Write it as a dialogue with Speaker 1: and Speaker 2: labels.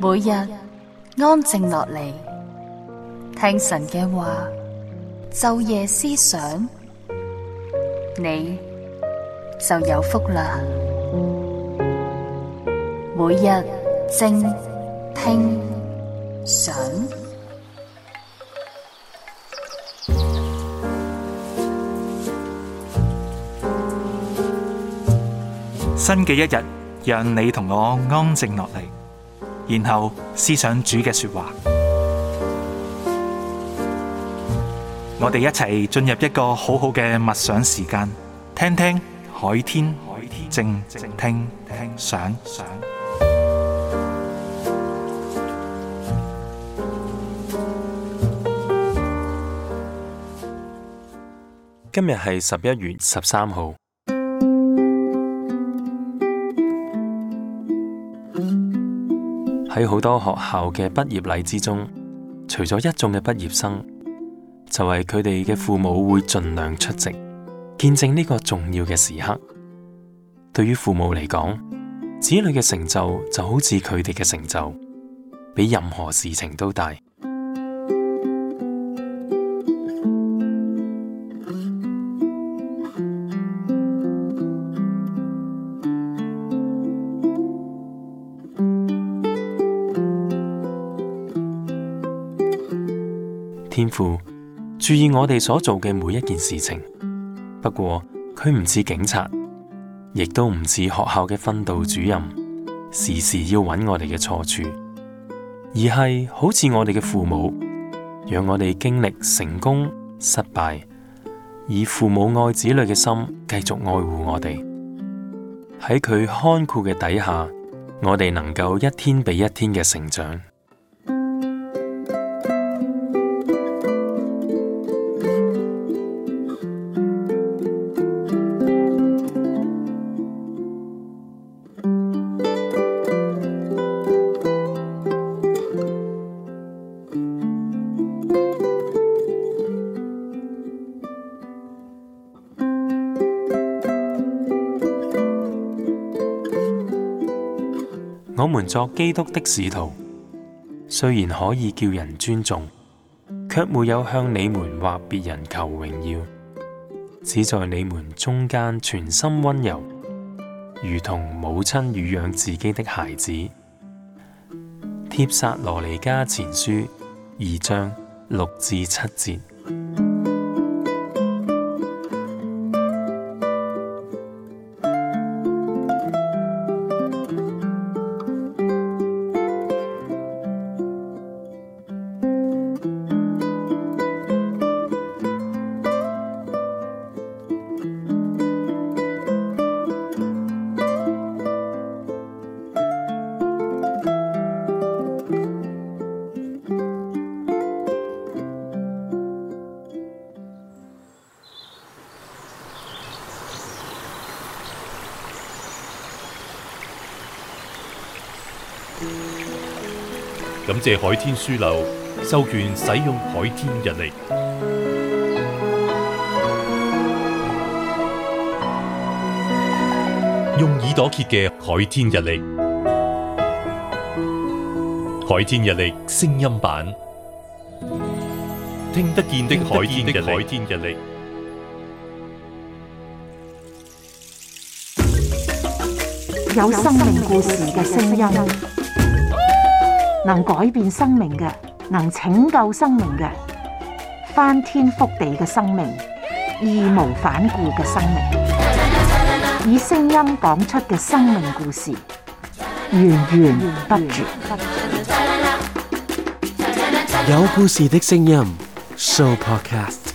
Speaker 1: 每日安靜落嚟，聽神嘅話，晝夜思想，你就有福啦。每日靜聽想，
Speaker 2: 新嘅一日，讓你同我安靜落嚟，然後思想主嘅說話。我哋一齊進入一個好好嘅默想時間，聽聽海天靜聽想。
Speaker 3: 今日係11月13號。喺好多學校嘅畢業禮之中，除咗一眾嘅畢業生，就係佢哋嘅父母會盡量出席，見證呢個重要嘅時刻。對於父母嚟講，子女嘅成就就好似佢哋嘅成就，比任何事情都大。天父注意我哋所做嘅每一件事情，不過佢唔似警察，亦都唔似學校嘅訓導主任，時時要揾我哋嘅錯處，而係好似我哋嘅父母，讓我哋經歷成功、失敗，以父母愛子女嘅心繼續愛護我哋。喺佢看顧嘅底下，我哋能夠一天比一天嘅成長。我們作基督的使徒，雖然可以叫人尊重，卻沒有向你們或別人求榮耀，只在你們中間全心溫柔，如同母親乳養自己的孩子。帖撒羅尼迦前書2章6至7節。
Speaker 4: 感謝海天書樓授權使用海天日曆，用耳朵揭嘅海天日曆，海天日曆聲音版，聽得見的海天日曆。
Speaker 5: 有生命故事嘅聲音，能改變生命嘅，能拯救生命嘅，翻天覆地嘅生命，義無反顧嘅生命，以聲音講出嘅生命故事，源源不絕。
Speaker 6: 有故事的聲音 Show Podcast。